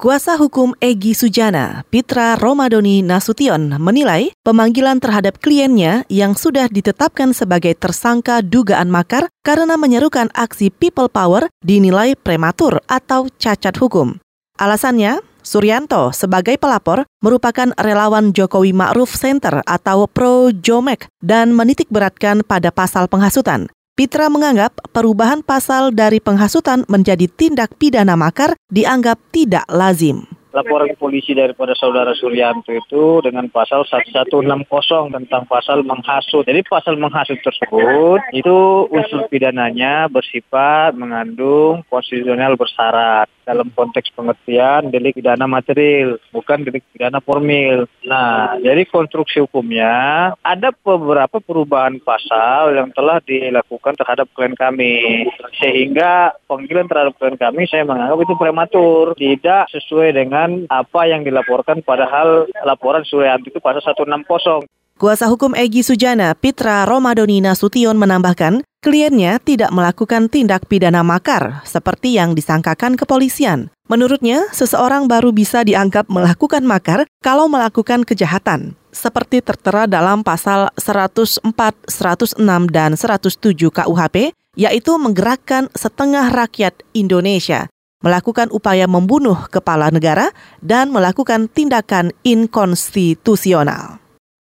Kuasa hukum Egy Sujana, Pitra Romadhoni Nasution, menilai pemanggilan terhadap kliennya yang sudah ditetapkan sebagai tersangka dugaan makar karena menyerukan aksi People Power dinilai prematur atau cacat hukum. Alasannya, Suryanto sebagai pelapor merupakan relawan Jokowi Ma'ruf Center atau Pro-Jomek dan menitikberatkan pada pasal penghasutan. Pitra menganggap perubahan pasal dari penghasutan menjadi tindak pidana makar dianggap tidak lazim. Laporan polisi daripada saudara Suryanto itu dengan pasal 1160 tentang pasal menghasut. Jadi pasal menghasut tersebut itu unsur pidananya bersifat mengandung konstitusional bersyarat dalam konteks pengertian delik pidana material, bukan delik pidana formil. Nah, jadi konstruksi hukumnya ada beberapa perubahan pasal yang telah dilakukan terhadap klien kami. Sehingga panggilan terhadap klien kami saya menganggap itu prematur, tidak sesuai dengan apa yang dilaporkan, padahal laporan Suryanto itu pasal 160. Kuasa hukum Egy Sujana, Pitra Romadhoni Nasution menambahkan, kliennya tidak melakukan tindak pidana makar seperti yang disangkakan kepolisian. Menurutnya, seseorang baru bisa dianggap melakukan makar kalau melakukan kejahatan, seperti tertera dalam pasal 104, 106, dan 107 KUHP, yaitu menggerakkan setengah rakyat Indonesia, melakukan upaya membunuh kepala negara, dan melakukan tindakan inkonstitusional.